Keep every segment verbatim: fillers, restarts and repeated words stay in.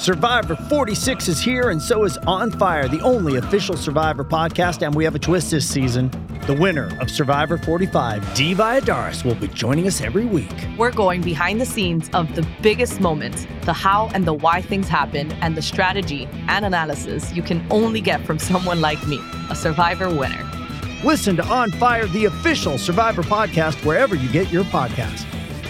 Survivor forty-six is here, and so is On Fire, the only official Survivor podcast, and we have a twist this season. The winner of Survivor forty-five, Dee Valladares, will be joining us every week. We're going behind the scenes of the biggest moments, the how and the why things happen, and the strategy and analysis you can only get from someone like me, a Survivor winner. Listen to On Fire, the official Survivor podcast, wherever you get your podcasts.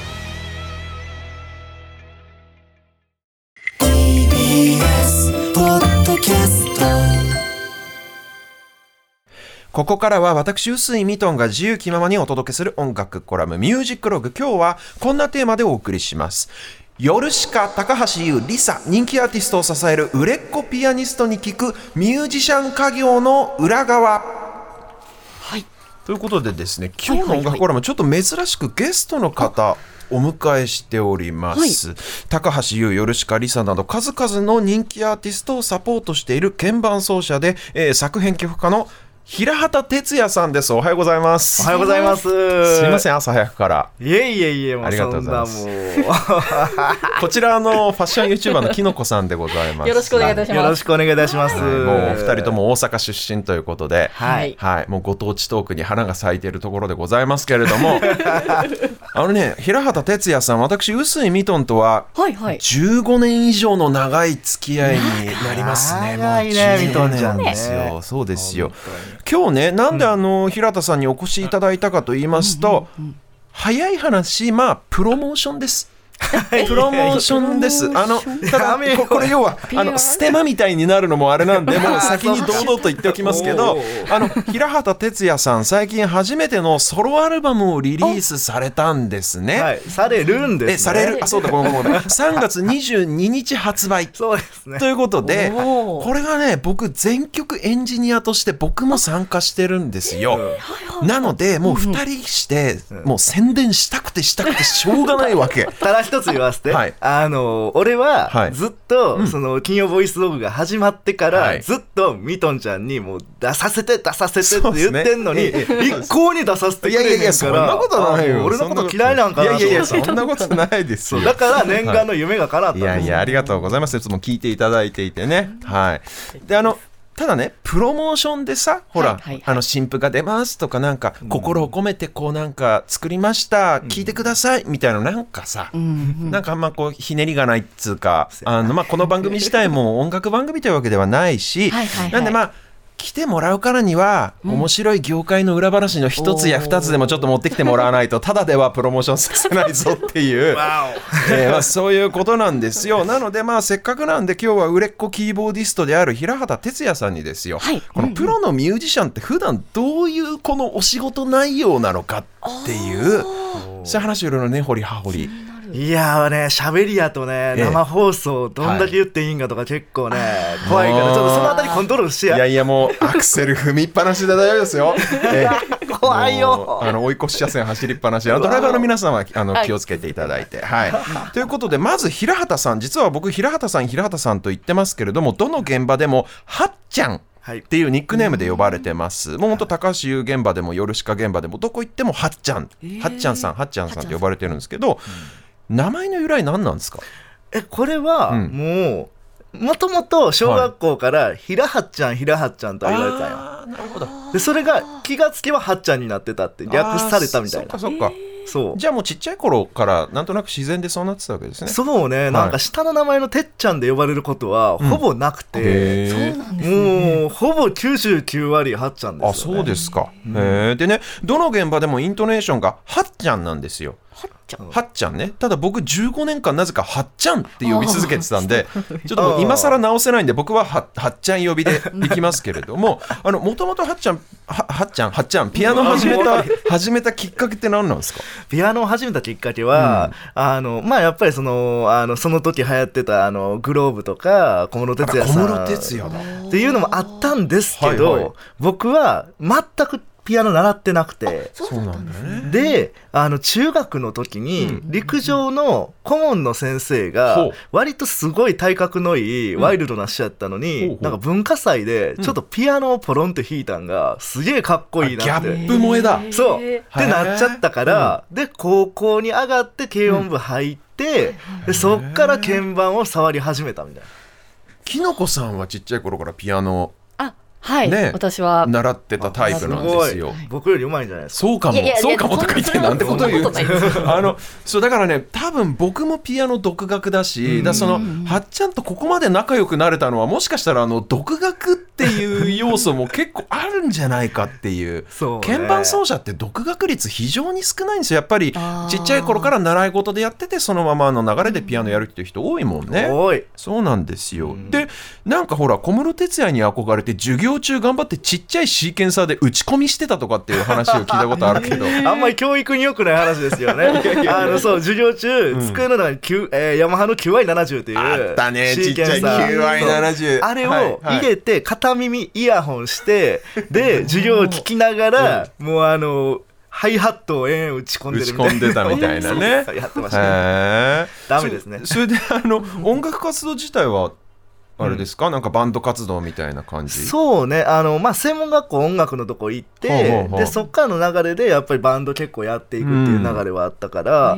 ここからは私臼井ミトンが自由気ままにお届けする音楽コラムミュージックログ。今日はこんなテーマでお送りします。ヨルシカ、高橋優、リサ、人気アーティストを支える売れっ子ピアニストに聞くミュージシャン家業の裏側。はい。ということでですね、今日の音楽コラムちょっと珍しくゲストの方お迎えしております、はい、高橋優、ヨルシカ、リサなど数々の人気アーティストをサポートしている鍵盤奏者で、えー、作編曲家の平畑哲也さんです。おはようございます。 おはようございます。 すいません、朝早くから。 いえいえいえ、もうありがとうございます。こちらのファッション YouTuber のきのこさんでございます。 よろしくお願いいたします。 よろしくお願いいたします。 もうお二人とも大阪出身ということで、 はい、 はい、もうご当地トークに花が咲いているところでございますけれどもあのね、平畑哲也さん、私臼井ミトンとはじゅうごねん以上の長い付き合いになりますね。 長いね、ミトンちゃんね。 そうですよ。今日ね、なんであの平畑さんにお越しいただいたかと言いますと、うんうんうん、早い話、まあプロモーションです。プロモーションです。あのただここれ要はあのステマみたいになるのもあれなんで、もう先に堂々と言っておきますけど、あの平畑哲也さん、最近初めてのソロアルバムをリリースされたんですね。 はい、されるんですね。 えされるあそうだごめんごめんさんがつにじゅうににち発売。 そうですね。 ということで、これがね、僕全曲エンジニアとして僕も参加してるんですよ。なのでもうふたりしてもう宣伝したくてしたくてしょうがないわけ。 ただ一つ言わせて、はい、あの俺はずっと、はい、その金曜ボイスログが始まってから、はい、ずっとミトンちゃんにもう出させて出させてって言ってんのに、ね、一向に出させてくれへんから。いやいやいや、そんなことないよ。俺のこと嫌いなんかなと思って。いやいやそんなことないですよ。だから念願の夢が叶ったんです。 いやいや、ありがとうございます。いつも聞いていただいていてね。はい。で、あのただね、プロモーションでさ、ほら、はいはいはい、あの新譜が出ますとか、なんか、うん、心を込めてこうなんか作りました、うん、聞いてくださいみたいな、なんかさ、うんうん、なんかあんまこうひねりがないっつうか、あのまあこの番組自体も音楽番組というわけではないし、はいはいはい、なんでまあ来てもらうからには、うん、面白い業界の裏話の一つや二つでもちょっと持ってきてもらわないとただではプロモーションさせないぞっていう、えーまあ、そういうことなんですよ。なのでまあせっかくなんで今日は売れっ子キーボーディストである平畑哲也さんにですよ、はい、このプロのミュージシャンって普段どういうこのお仕事内容なのかっていうそういう話をいろいろね掘り葉掘り。 いやーね、喋りやとね、ええ、生放送どんだけ言っていいんかとか結構ね、はい、怖いからちょっとそのあたりコントロールしてや。 いやいや、もうアクセル踏みっぱなしで大丈夫ですよ。ええ、怖いよ。 あの追い越し車線走りっぱなし、ドライバーの皆さんはあの気をつけていただいて、はい、はい、ということでまず平畑さん、実は僕平畑さん平畑さんと言ってますけれども、どの現場でもはっちゃんっていうニックネームで呼ばれてます。もうほんと高橋優現場でもヨルシカ現場でもどこ行ってもはっちゃん、はっちゃんさんはっちゃんさんって呼ばれてるんですけど、名前の由来何なんですか？ え、これはもうもともと小学校から平はっちゃん平はっちゃんと言われてたよ。 あ、なるほど。 でそれが気がつけばはっちゃんになってたって略されたみたいな。 そっかそっか。そう。じゃあもうちっちゃい頃からなんとなく自然でそうなってたわけですね。 そうね、なんか下の名前のてっちゃんで呼ばれることはほぼなくて、うん、そうなんですね。もうほぼきゅうじゅうきゅうわりはっちゃんですよね。 あ、そうですか、うん、へー。でね、どの現場でもイントネーションがはっちゃんなんですよ。はっちゃん、はっちゃんね。ただ僕じゅうごねんかんなぜかはっちゃんって呼び続けてたんで、ちょっともう今更直せないんで僕は は, はっちゃん呼びでいきますけれども、あのもともとはっちゃんは, はっちゃんはっちゃんピアノを始めた始めたきっかけって何なんですか？ ピアノを始めたきっかけは、うん、あのまあやっぱりそのあのその時流行ってたあのグローブとか小室哲哉さん小室哲哉だっていうのもあったんですけど、はいはい、僕は全くピアノ習ってなくて、 そうなんだね。 で、あの中学の時に陸上の顧問の先生が割とすごい体格のいいワイルドな人やったのに、うん、なんか文化祭でちょっとピアノをポロンって弾いたんがすげえかっこいいなって、 ギャップ萌えだ。 そうってなっちゃったから、で高校に上がって軽音部入って、 て、でそっから鍵盤を触り始めたみたいな。 きのこさんはちっちゃい頃からピアノはい、ね、私は習ってたタイプなんですよ。 僕より上手いんじゃないですか。 そうかも、いやいやそうかもとか言ってなんてこと言う。あのそうだからね、多分僕もピアノ独学だし、だそのはっちゃんとここまで仲良くなれたのはもしかしたらあの独学っていう要素も結構あるんじゃないかっていう。そうね、鍵盤奏者って独学率非常に少ないんですよ。やっぱりちっちゃい頃から習い事でやっててそのままの流れでピアノやるっていう人多いもんね。 多い。 そうなんですよ。でなんかほら小室哲哉に憧れて授業中頑張ってちっちゃいシーケンサーで打ち込みしてたとかっていう話を聞いたことあるけどあんまり教育に良くない話ですよね。あのそう授業中、うん、机の中に、えー、ヤマハの キューアイななじゅう っていうあったね、ちっちゃい キューアイななじゅうあれを入れて片耳イヤホンしてで授業を聞きながら、うん、もうあのハイハットを延々打ち込んでるみたいな、 打ち込んでたみたいなねやってましたね。ダメですね。 それであの音楽活動自体はあれですか、うん、なんかバンド活動みたいな感じ。 そうね、あの、まあ、専門学校音楽のとこ行って、ほうほうほう、でそっからの流れでやっぱりバンド結構やっていくっていう流れはあったから、うん、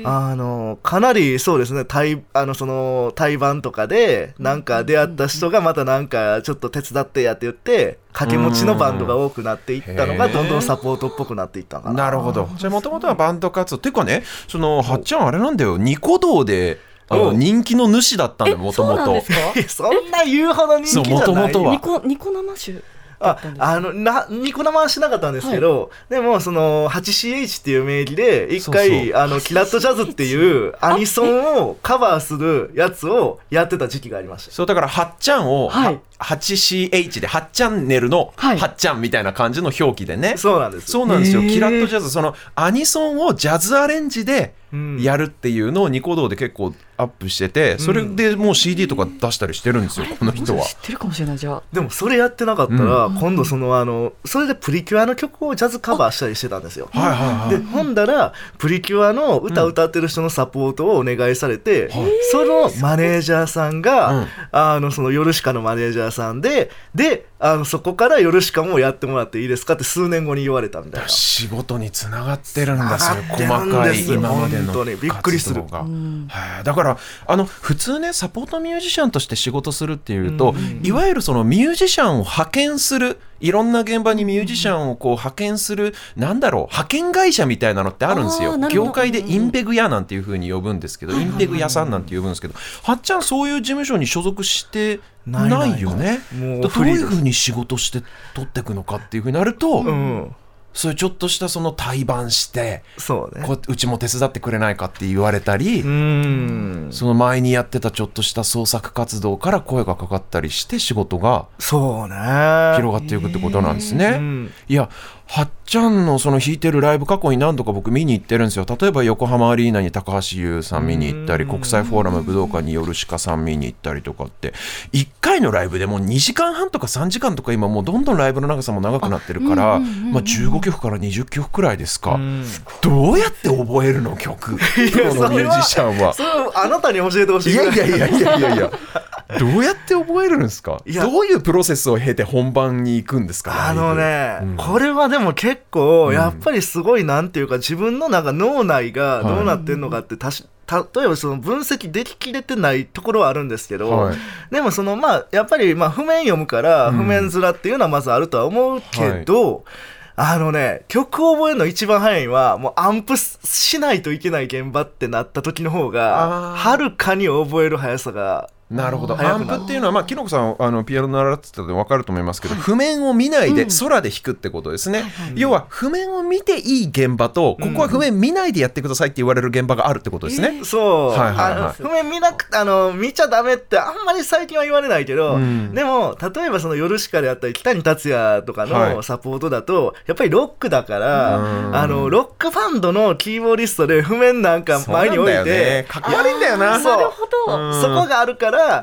あのかなりそうですね、対あのその対バンとかでなんか出会った人がまたなんかちょっと手伝ってやって言って掛け持ちのバンドが多くなっていったのがどんどんサポートっぽくなっていったのかな。 なるほど。じゃあもともとはバンド活動っていうかね、そのはっちゃんあれなんだよ、ニコ動であの人気の主だったんだよ、もともと。 そんな言うほど人気じゃない。 そう、もともとはニコ、ニコ生種ああのなニコ生はしなかったんですけど、はい、でもその エイチシーエイチ っていう名義で一回そうそうあのキラットジャズっていうアニソンをカバーするやつをやってた時期がありました。 そうだからはっちゃんを、はい、エイチシーエイチ ではちチャンネルのはっちゃんみたいな感じの表記でね、はい、 そうなんです。 そうなんですよ。キラットジャズ、そのアニソンをジャズアレンジでやるっていうのをニコ動で結構アップしてて、それでもう シーディー とか出したりしてるんですよ、この人は。 知ってるかもしれない。じゃあでもそれやってなかったら、うん、今度そのあのそれでプリキュアの曲をジャズカバーしたりしてたんですよ。 はいはいはい、 でほんだらプリキュアの歌歌ってる人のサポートをお願いされて、うん、そのマネージャーさんが、うん、あのそのヨルシカのマネージャーさんでであのそこからヨルシカもやってもらっていいですかって数年後に言われたみたいな。 仕事につながってるんだ、それ細かい今までの活動が。 びっくりする。 だからあの普通ね、サポートミュージシャンとして仕事するっていうと、うん、いわゆるそのミュージシャンを派遣する、いろんな現場にミュージシャンをこう派遣する、なんだろう、派遣会社みたいなのってあるんですよ。業界でインペグ屋なんていう風に呼ぶんですけど、インペグ屋さんなんて呼ぶんですけど、はっちゃんそういう事務所に所属してないよね。どういう風に仕事して取っていくのかっていう風になると、うん、そういうちょっとしたその対バンして、 そうね、 こううちも手伝ってくれないかって言われたり、うーん、その前にやってたちょっとした創作活動から声がかかったりして仕事がそうね広がっていくってことなんですね。いや、はっちゃんのその弾いてるライブ過去に何度か僕見に行ってるんですよ。例えば横浜アリーナに高橋優さん見に行ったり、国際フォーラム武道館にヨルシカさん見に行ったりとかって、いっかいのライブでもうにじかんはんとかさんじかんとか、今もうどんどんライブの長さも長くなってるから、あ、まあ、じゅうごきょくからにじゅっきょくくらいですか。どうやって覚えるの曲、プロのミュージシャンは。 それはあなたに教えてほしい。 いやいやいやいやいやいやどうやって覚えるんですか。どういうプロセスを経て本番に行くんですか。 あのね、うん、これはでも結構やっぱりすごい、なんていうか、自分のなんか脳内がどうなってんのかってたし、はい、例えばその分析でききれてないところはあるんですけど、はい、でもそのまあやっぱりまあ譜面読むから譜面面っていうのはまずあるとは思うけど、うん、はい、あのね、曲を覚えるの一番早いのはもうアンプしないといけない現場ってなった時の方がはるかに覚える速さが。 なるほど。アンプっていうのは、まあ、きのこさんあのピアノ習ってたので分かると思いますけど、はい、譜面を見ないで空で弾くってことですね、うん、要は譜面を見ていい現場と、ここは譜面見ないでやってくださいって言われる現場があるってことですね、 えー、そう、はいはいはい、あの譜面見なくあの見ちゃダメってあんまり最近は言われないけど、うん、でも例えばそのヨルシカであったり北に達也とかのサポートだと、はい、やっぱりロックだから、うん、あのロックバンドのキーボーディストで譜面なんか前に置いて、 かっこ悪いんだよな。 そう、なるほど、そこがあるから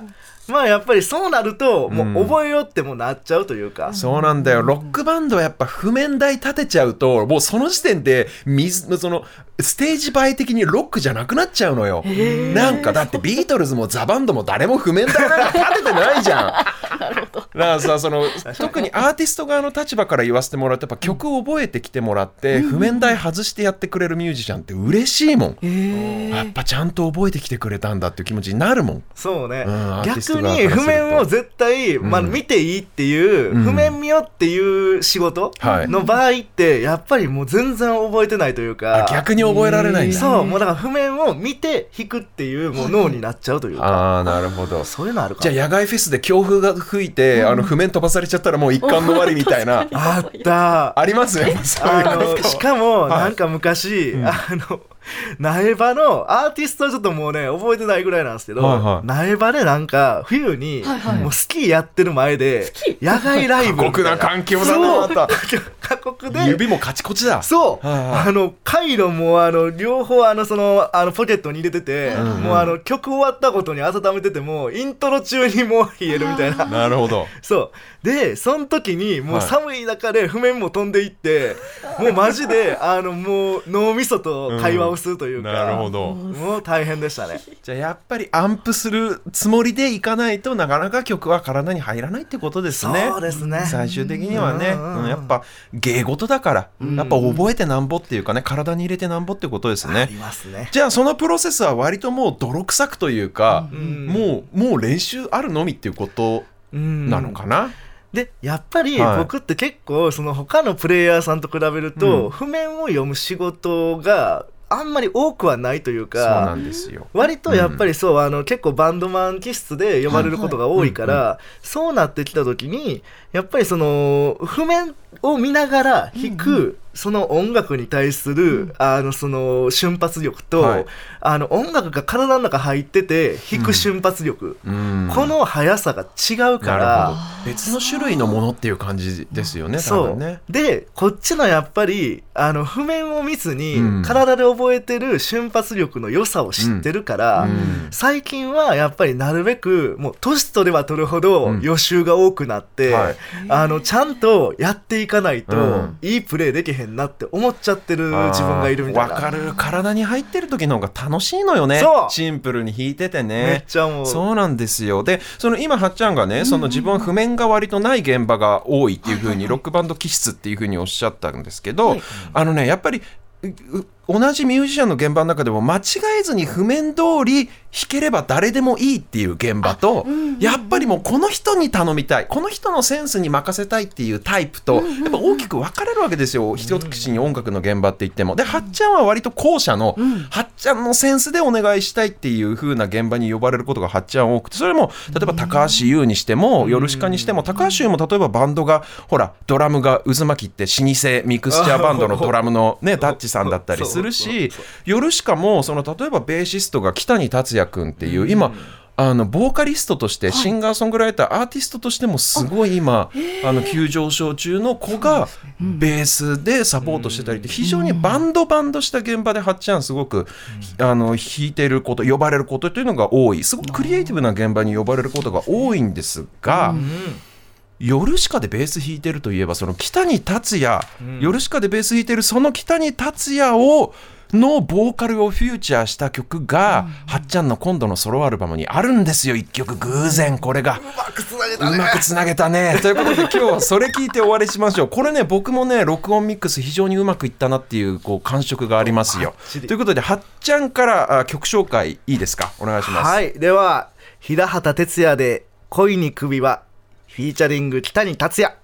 まあやっぱりそうなるともう覚えようってもなっちゃうというか、 うん、そうなんだよ。ロックバンドはやっぱ譜面台立てちゃうともうその時点で水そのステージ映え的にロックじゃなくなっちゃうのよ。なんかだってビートルズもザ・バンドも誰も譜面台なんか立ててないじゃん。なるほど。だからさ、その特にアーティスト側の立場から言わせてもらうとやっぱ曲を覚えてきてもらって、うん、譜面台外してやってくれるミュージシャンって嬉しいもん。やっぱちゃんと覚えてきてくれたんだっていう気持ちになるもん。 そうね、うん、逆に譜面を絶対、まあ、見ていいっていう、うん、譜面見よっていう仕事の場合ってやっぱりもう全然覚えてないというか、 逆に覚えられないんだ。 そう、もうだから譜面を見て弾くっていうもう脳になっちゃうというか、 ああなるほど。 そういうのあるか。 じゃあ野外フェスで強風が吹いて、うん、あの譜面飛ばされちゃったらもう一巻の終わりみたいなあったありますよ。 あのしかもなんか昔、はい、あの苗場のアーティストはちょっともうね覚えてないぐらいなんですけど、はいはい、苗場でなんか冬にもうスキーやってる前で野外ライブ過酷な環境だな。また過酷で指もカチコチだ。 そう、はいはい、あの回路もあの両方あのそのあのポケットに入れてて、うんうん、もうあの曲終わったことに温めててもイントロ中にもう冷えるみたいな。 なるほど。 そうでその時にもう寒い中で譜面も飛んでいって、はい、もうマジであのもう脳みそと会話をするというか、うん、 なるほど。 もう大変でしたね。 じゃあやっぱりアンプするつもりでいかないとなかなか曲は体に入らないってことですね。 そうですね。 最終的にはね、うんうん、やっぱ芸事だから、うん、やっぱ覚えてなんぼっていうかね、体に入れてなんぼってことですね。 ありますね。 じゃあそのプロセスは割ともう泥臭くというか、うん、もうもう練習あるのみっていうことなのかな。うんでやっぱり僕って結構その他のプレイヤーさんと比べると、うん、譜面を読む仕事があんまり多くはないというか、そうなんですよ。 割とやっぱりそう、うん、あの結構バンドマン気質で呼ばれることが多いから、はいはいうんうん、そうなってきた時にやっぱりその譜面を見ながら弾く、うんうんその音楽に対する、うん、あのその瞬発力と、はい、あの音楽が体の中入ってて弾く瞬発力、うん、この速さが違うから別の種類のものっていう感じですよね。 そう多分ね。 でこっちのやっぱりあの譜面を見ずに、うん、体で覚えてる瞬発力の良さを知ってるから、うん、最近はやっぱりなるべくもう年取れば取るほど予習が多くなって、うんはい、あのちゃんとやっていかないと、うん、いいプレーできへんなって思っちゃってる自分がいるみたいな。 わかる。体に入ってる時の方が楽しいのよね。そうシンプルに弾いててね。 めっちゃ思う。 そうなんですよ。でその今はっちゃんがね、その自分は譜面が割とない現場が多いっていう風にロックバンド気質っていう風におっしゃったんですけど、はい、あのねやっぱり同じミュージシャンの現場の中でも間違えずに譜面通り弾ければ誰でもいいっていう現場と、うんうんうん、やっぱりもうこの人に頼みたい、この人のセンスに任せたいっていうタイプと、うんうんうん、やっぱ大きく分かれるわけですよ。一口に音楽の現場って言っても。ではっちゃんは割と後者の、うん、はっちゃんのセンスでお願いしたいっていう風な現場に呼ばれることがはっちゃん多くて、それも例えば高橋優にしても、うん、ヨルシカにしても、高橋優も例えばバンドがほらドラムが渦巻きって老舗ミクスチャーバンドのドラムのねタッチさんだったりするし、ヨルシカもその例えばベーシストが北谷達也君っていう、うん、今あのボーカリストとしてシンガーソングライター、はい、アーティストとしてもすごい今 あ, あの急上昇中の子がベースでサポートしてたりって非常にバンドバンドした現場ではっちゃんすごく、うん、あの弾いてること呼ばれることというのが多い、すごくクリエイティブな現場に呼ばれることが多いんですが、うんヨルシカでベース弾いてるといえばその北谷達也、うん、ヨルシカでベース弾いてるその北谷達也をのボーカルをフューチャーした曲が、うん、はっちゃんの今度のソロアルバムにあるんですよ。一曲偶然これがうまくつなげたね。 うまくつなげたねということで今日はそれ聞いて終わりしましょう。これね僕もね録音ミックス非常にうまくいったなっていう、こう感触がありますよ。ということではっちゃんから曲紹介いいですか、お願いします。 はい、では平畑哲也で恋に首はフィーチャリング北谷達也。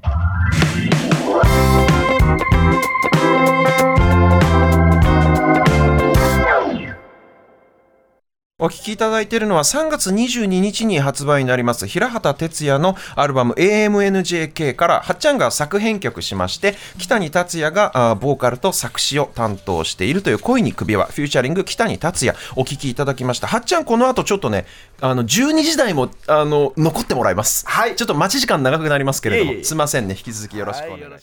お聴きいただいているのはさんがつにじゅうににちに発売になります平畑哲也のアルバム エーエムエヌジェーケー からはっちゃんが作編曲しまして、北谷達也がボーカルと作詞を担当しているという恋に首はフューチャリング北谷達也お聴きいただきました。はっちゃんこの後ちょっとねあのじゅうにじ台もあの残ってもらいます、はい、ちょっと待ち時間長くなりますけれども、いえいえすいませんね、引き続きよろしくお願いします。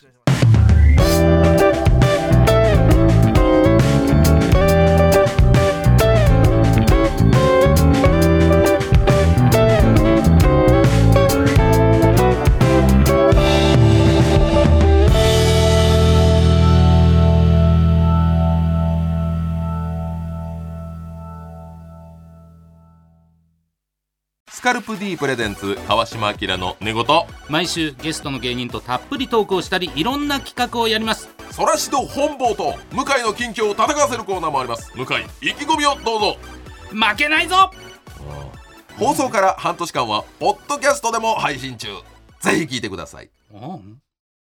はいスカルプ D プレゼンツ川島明の寝言。 毎週ゲストの芸人とたっぷりトークをしたり、いろんな企画をやります。 そらしど本坊と向井の近況を戦わせるコーナーもあります。向井意気込みをどうぞ。 負けないぞ。 放送から半年間はポッドキャストでも配信中。ぜひ聞いてください。 うん